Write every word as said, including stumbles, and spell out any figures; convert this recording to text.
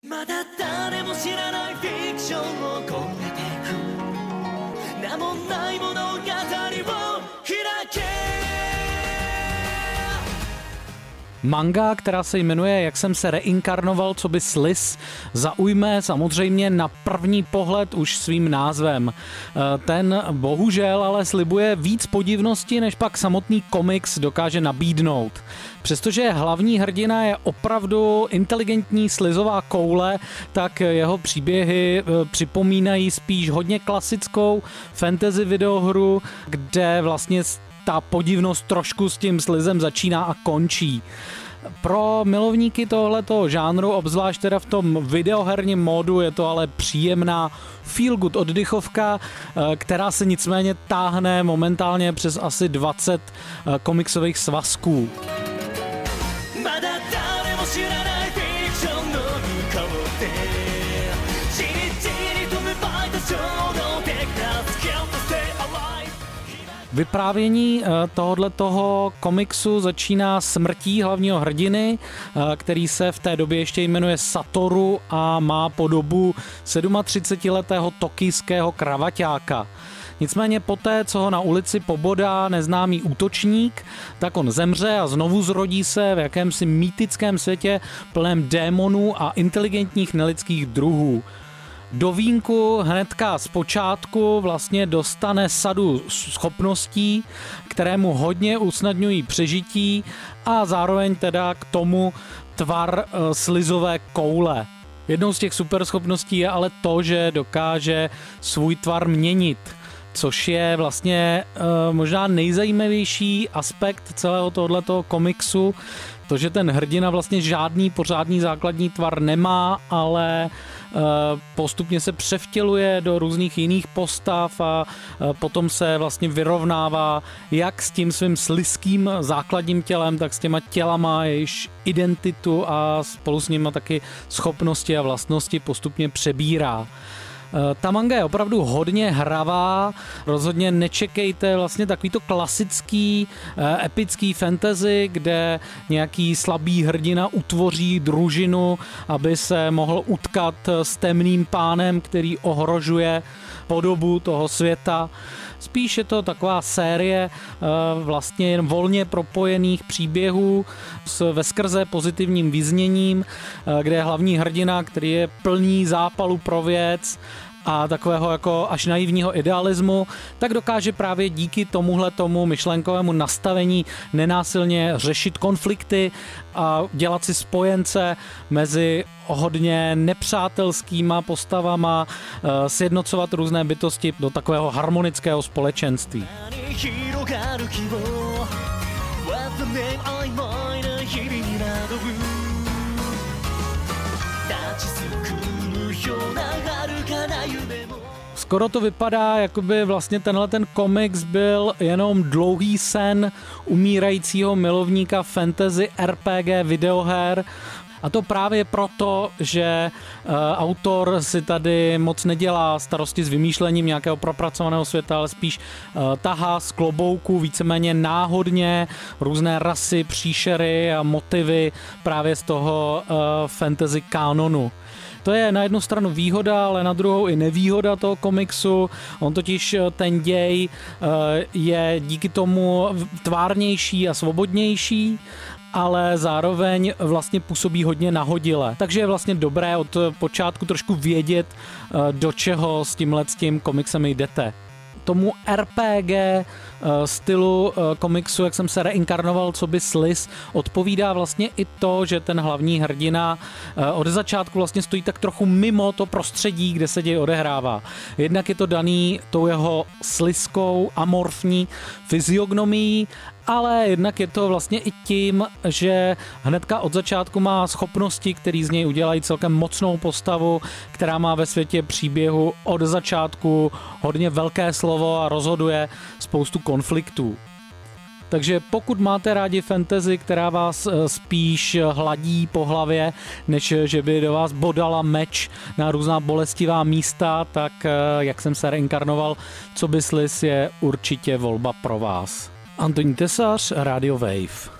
まだ誰も知らないフィクションを込めてく名もない物語を開け。 Manga, která se jmenuje Jak jsem se reinkarnoval coby Sliss, zaujme samozřejmě na první pohled už svým názvem. Ten bohužel ale slibuje víc podivnosti, než pak samotný komiks dokáže nabídnout. Přestože hlavní hrdina je opravdu inteligentní slizová koule, tak jeho příběhy připomínají spíš hodně klasickou fantasy videohru, kde vlastně ta podivnost trošku s tím slizem začíná a končí. Pro milovníky tohletoho žánru, obzvlášť teda v tom videoherním módu, je to ale příjemná feel-good oddychovka, která se nicméně táhne momentálně přes asi dvacet komiksových svazků. Vyprávění tohoto komiksu začíná smrtí hlavního hrdiny, který se v té době ještě jmenuje Satoru a má podobu třicetisedmiletého tokijského kravaťáka. Nicméně poté, co ho na ulici pobodá neznámý útočník, tak on zemře a znovu zrodí se v jakémsi mýtickém světě plném démonů a inteligentních nelidských druhů. Do vínku hnedka z počátku vlastně dostane sadu schopností, které mu hodně usnadňují přežití a zároveň teda k tomu tvar slizové koule. Jednou z těch superschopností je ale to, že dokáže svůj tvar měnit, což je vlastně e, možná nejzajímavější aspekt celého tohoto komiksu, to, že ten hrdina vlastně žádný pořádný základní tvar nemá, ale e, postupně se převtěluje do různých jiných postav a e, potom se vlastně vyrovnává jak s tím svým slizkým základním tělem, tak s těma tělama, jejichž identitu a spolu s nima taky schopnosti a vlastnosti postupně přebírá. Ta manga je opravdu hodně hravá, rozhodně nečekejte vlastně takovýto klasický epický fantasy, kde nějaký slabý hrdina utvoří družinu, aby se mohl utkat s temným pánem, který ohrožuje podobu toho světa. Spíš je to taková série vlastně jen volně propojených příběhů s veskrze pozitivním vyzněním, kde je hlavní hrdina, který je plný zápalu pro věc a takového jako až naivního idealismu, tak dokáže právě díky tomuhle tomu myšlenkovému nastavení nenásilně řešit konflikty a dělat si spojence mezi hodně nepřátelskýma postavama, sjednocovat různé bytosti do takového harmonického společenství. Skoro to vypadá, jako by vlastně tenhle ten komiks byl jenom dlouhý sen umírajícího milovníka fantasy R P G videoher. A to právě proto, že uh, autor si tady moc nedělá starosti s vymýšlením nějakého propracovaného světa, ale spíš uh, tahá z klobouku víceméně náhodně různé rasy, příšery a motivy právě z toho uh, fantasy kanonu. To je na jednu stranu výhoda, ale na druhou i nevýhoda toho komiksu. On totiž ten děj je díky tomu tvárnější a svobodnější, ale zároveň vlastně působí hodně nahodile. Takže je vlastně dobré od počátku trošku vědět, do čeho s tímhletím komiksem jdete. Tomu R P G stylu komiksu, jak jsem se reinkarnoval coby Sliss, odpovídá vlastně i to, že ten hlavní hrdina od začátku vlastně stojí tak trochu mimo to prostředí, kde se děj odehrává. Jednak je to daný tou jeho slizkou, amorfní fyziognomií, ale jednak je to vlastně i tím, že hnedka od začátku má schopnosti, které z něj udělají celkem mocnou postavu, která má ve světě příběhu od začátku hodně velké slovo a rozhoduje spoustu konfliktů. Takže pokud máte rádi fantasy, která vás spíš hladí po hlavě, než že by do vás bodala meč na různá bolestivá místa, tak Jak jsem se reinkarnoval coby Sliss je určitě volba pro vás. Antonín Tesař, Radio Wave.